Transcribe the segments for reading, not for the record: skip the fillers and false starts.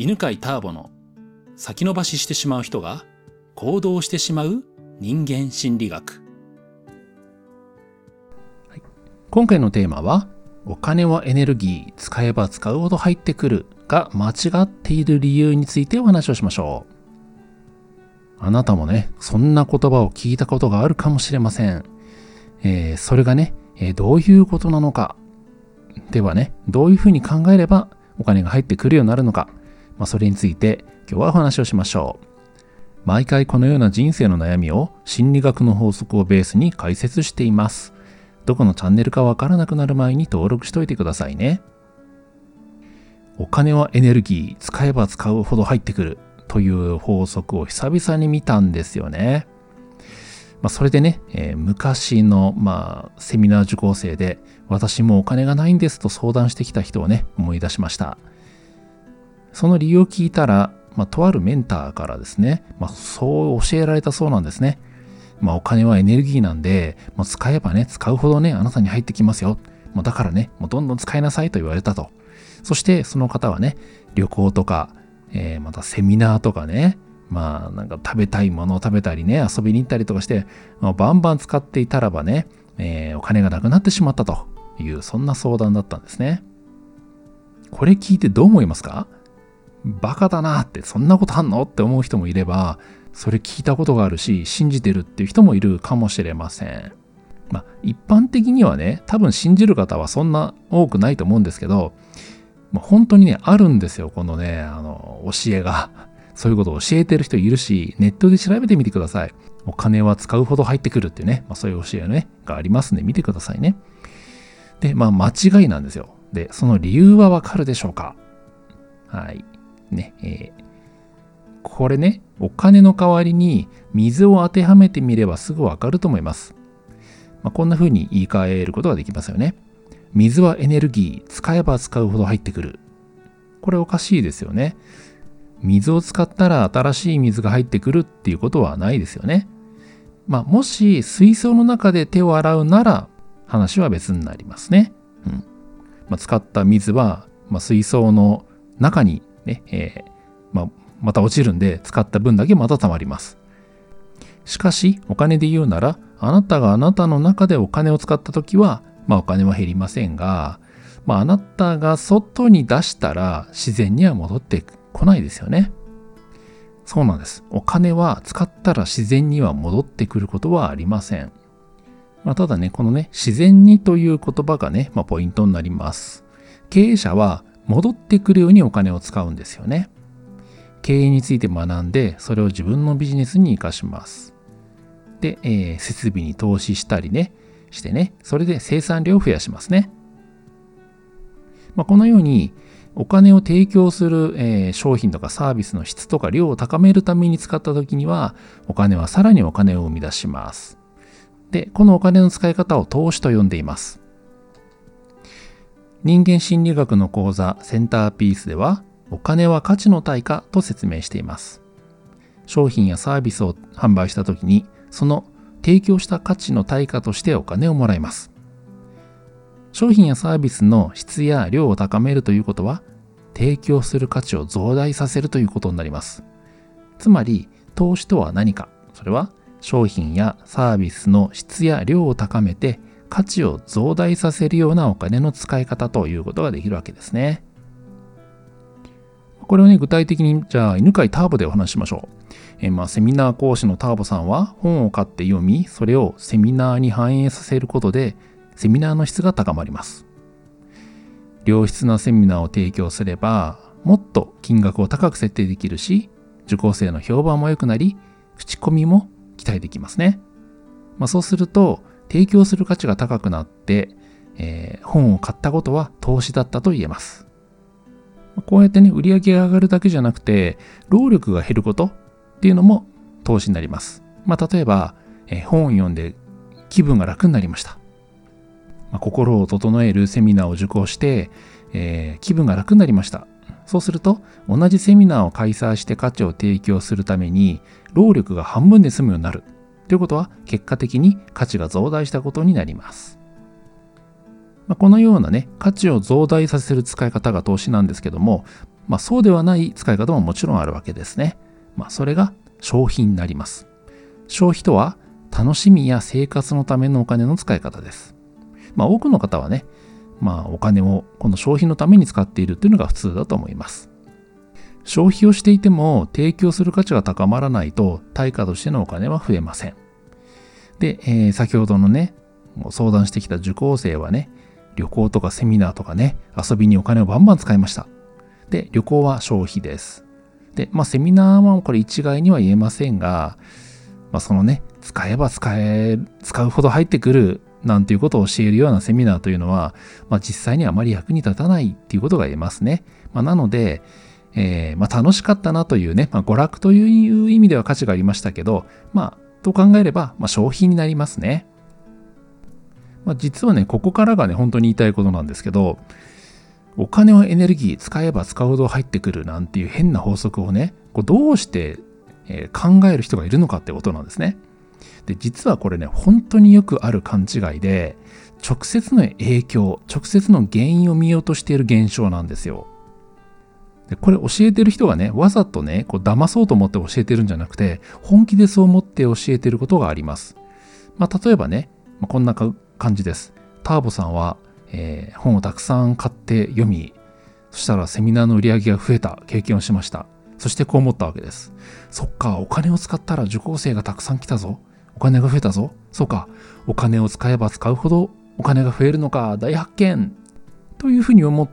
犬飼ターボの先延ばししてしまう人が行動してしまう人間心理学。 今回のテーマは、お金はエネルギー、使えば使うほど入ってくるが間違っている理由についてお話をしましょう。あなたもね、そんな言葉を聞いたことがあるかもしれません。それがね、どういうことなのか。ではね、どういうふうに考えればお金が入ってくるようになるのか。それについて今日はお話をしましょう。毎回このような人生の悩みを心理学の法則をベースに解説しています。どこのチャンネルかわからなくなる前に登録しておいてくださいね。お金はエネルギー、使えば使うほど入ってくるという法則を久々に見たんですよね。それでね、昔のセミナー受講生で私もお金がないんですと相談してきた人をね、思い出しました。その理由を聞いたら、とあるメンターからですね、そう教えられたそうなんですね。お金はエネルギーなんで、使えばね、使うほどね、あなたに入ってきますよ。だからね、どんどん使いなさいと言われたと。そしてその方はね、旅行とか、またセミナーとかね、なんか食べたいものを食べたりね、遊びに行ったりとかして、バンバン使っていたらばね、お金がなくなってしまったという、そんな相談だったんですね。これ聞いてどう思いますか？バカだなって、そんなことあんのって思う人もいれば、それ聞いたことがあるし信じてるっていう人もいるかもしれません。一般的にはね、多分信じる方はそんな多くないと思うんですけど、本当にね、あるんですよ、このね、教えが。そういうことを教えてる人いるし、ネットで調べてみてください。お金は使うほど入ってくるっていうね、そういう教えね、がありますんで見てくださいね。で、間違いなんですよ。で、その理由はわかるでしょうか？はい。ね、これね、お金の代わりに水を当てはめてみればすぐわかると思います。こんな風に言い換えることができますよね。水はエネルギー、使えば使うほど入ってくる。これおかしいですよね。水を使ったら新しい水が入ってくるっていうことはないですよね。もし水槽の中で手を洗うなら話は別になりますね。使った水は、水槽の中にね、また落ちるんで使った分だけまた溜まります。しかしお金で言うなら、あなたがあなたの中でお金を使ったときは、お金は減りませんが、あなたが外に出したら自然には戻ってこないですよね。そうなんです。お金は使ったら自然には戻ってくることはありません。ただね、このね、自然にという言葉がね、ポイントになります。経営者は戻ってくるようにお金を使うんですよね。経営について学んで、それを自分のビジネスに活かします。で、設備に投資したりね、してね、それで生産量を増やしますね。このように、お金を提供する、商品とかサービスの質とか量を高めるために使ったときには、お金はさらにお金を生み出します。で、このお金の使い方を投資と呼んでいます。人間心理学の講座センターピースでは、お金は価値の対価と説明しています。商品やサービスを販売したときに、その提供した価値の対価としてお金をもらいます。商品やサービスの質や量を高めるということは、提供する価値を増大させるということになります。つまり、投資とは何か。それは、商品やサービスの質や量を高めて、価値を増大させるようなお金の使い方ということができるわけですね。これをね、具体的に、じゃあ、犬飼ターボでお話ししましょう。セミナー講師のターボさんは、本を買って読み、それをセミナーに反映させることで、セミナーの質が高まります。良質なセミナーを提供すれば、もっと金額を高く設定できるし、受講生の評判も良くなり、口コミも期待できますね。そうすると、提供する価値が高くなって、本を買ったことは投資だったと言えます。こうやってね、売り上げが上がるだけじゃなくて、労力が減ることっていうのも投資になります。例えば、本を読んで気分が楽になりました。心を整えるセミナーを受講して、気分が楽になりました。そうすると、同じセミナーを開催して価値を提供するために、労力が半分で済むようになる。ということは、結果的に価値が増大したことになります。このようなね、価値を増大させる使い方が投資なんですけども、 そうではない使い方ももちろんあるわけですね。それが消費になります。消費とは楽しみや生活のためのお金の使い方です。多くの方はね、お金をこの消費のために使っているというのが普通だと思います。消費をしていても提供する価値が高まらないと対価としてのお金は増えません。で、先ほどのね、相談してきた受講生はね、旅行とかセミナーとかね、遊びにお金をバンバン使いました。で、旅行は消費です。で、セミナーはこれ一概には言えませんが、そのね、使えば使うほど入ってくるなんていうことを教えるようなセミナーというのは、実際にはあまり役に立たないっていうことが言えますね。なので、楽しかったなというね、娯楽という意味では価値がありましたけど、と考えれば、消費になりますね。実はね、ここからがね、本当に言いたいことなんですけど、お金はエネルギー、使えば使うほど入ってくるなんていう変な法則をね、どうして考える人がいるのかってことなんですね。で、実はこれね、本当によくある勘違いで、直接の影響、直接の原因を見落としている現象なんですよ。で、これ教えてる人がね、わざとね、騙そうと思って教えてるんじゃなくて、本気でそう思って教えてることがあります。例えばね、こんな感じです。ターボさんは、本をたくさん買って読み、そしたらセミナーの売り上げが増えた経験をしました。そしてこう思ったわけです。そっか、お金を使ったら受講生がたくさん来たぞ。お金が増えたぞ。そうか、お金を使えば使うほどお金が増えるのか、大発見というふうに思って、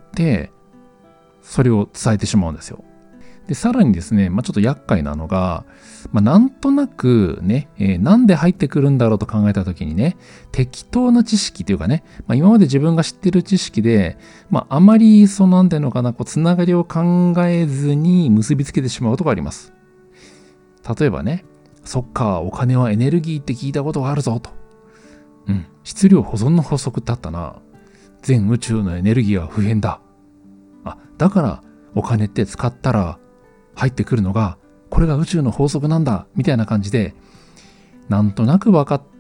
それを伝えてしまうんですよ。で、さらにですね、ちょっと厄介なのが、なんとなくね、なんで入ってくるんだろうと考えたときにね、適当な知識というかね、今まで自分が知ってる知識で、あまりなんていうのかな、つながりを考えずに結びつけてしまうことがあります。例えばね、そっか、お金はエネルギーって聞いたことがあるぞと。質量保存の法則ってあったな。全宇宙のエネルギーは不変だ。だからお金って使ったら入ってくるのが、これが宇宙の法則なんだみたいな感じで、なんとなく分かった、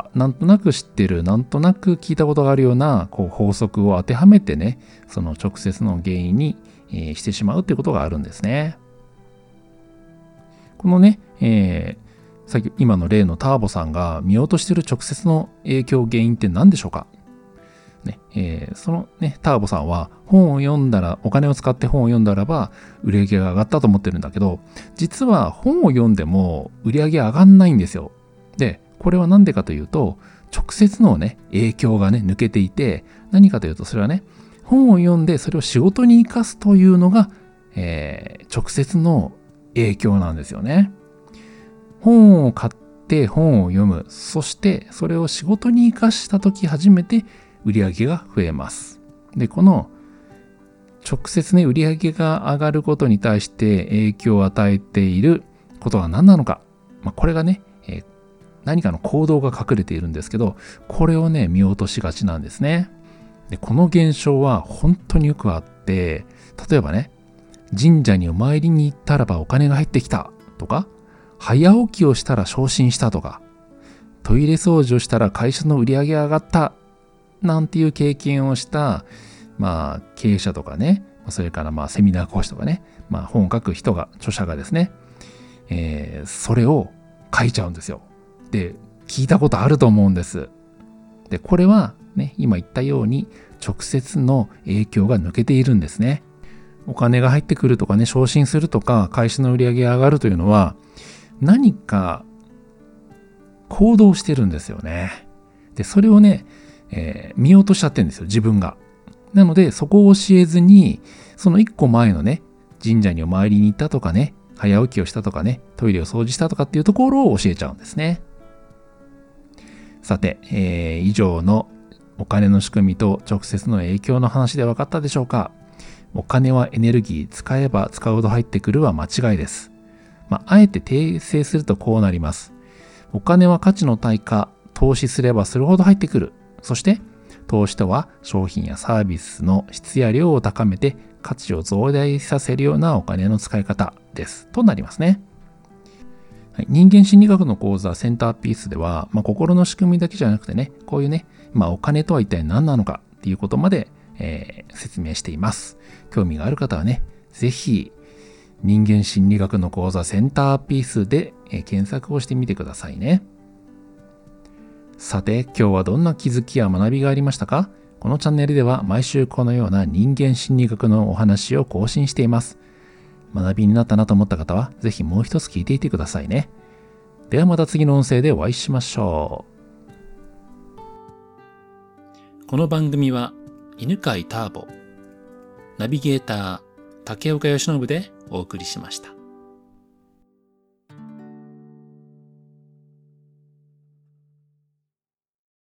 なんとなく知ってる、なんとなく聞いたことがあるような法則を当てはめてね、その直接の原因に、してしまうっていうことがあるんですね。このね、今の例のターボさんが見落としている直接の影響原因って何でしょうか。そのね、ターボさんは本を読んだら、お金を使って本を読んだらば売り上げが上がったと思ってるんだけど、実は本を読んでも売り上げ上がんないんですよ。で、これは何でかというと、直接のね、影響がね、抜けていて、何かというと、それはね、本を読んでそれを仕事に生かすというのが、直接の影響なんですよね。本を買って本を読む、そしてそれを仕事に生かしたとき初めて売り上げが増えます。で、この直接ね、売り上げが上がることに対して影響を与えていることは何なのか。これがね、何かの行動が隠れているんですけど、これをね、見落としがちなんですね。で、この現象は本当によくあって、例えばね、神社にお参りに行ったらばお金が入ってきたとか、早起きをしたら昇進したとか、トイレ掃除をしたら会社の売り上げが上がったなんていう経験をした、経営者とかね、それからセミナー講師とかね、本を書く人が、著者がですね、それを書いちゃうんですよ。で、聞いたことあると思うんです。で、これはね、今言ったように直接の影響が抜けているんですね。お金が入ってくるとかね、昇進するとか、会社の売り上げが上がるというのは、何か行動してるんですよね。で、それをね、見落としちゃってるんですよ、自分が。なので、そこを教えずに、その一個前のね、神社にお参りに行ったとかね、早起きをしたとかね、トイレを掃除したとかっていうところを教えちゃうんですね。さて、以上のお金の仕組みと直接の影響の話で分かったでしょうか。お金はエネルギー、使えば使うほど入ってくるは間違いです。あえて訂正するとこうなります。お金は価値の対価、投資すればするほど入ってくる。そして、投資とは商品やサービスの質や量を高めて価値を増大させるようなお金の使い方です。となりますね。人間心理学の講座センターピースでは、心の仕組みだけじゃなくてね、こういうね、お金とは一体何なのかっていうことまで、説明しています。興味がある方はね、 ぜひ人間心理学の講座センターピースで検索をしてみてくださいね。さて、今日はどんな気づきや学びがありましたか？このチャンネルでは毎週このような人間心理学のお話を更新しています。学びになったなと思った方は、ぜひもう一つ聞いていてくださいね。ではまた次の音声でお会いしましょう。この番組は犬飼ターボ、ナビゲーター竹岡由伸でお送りしました。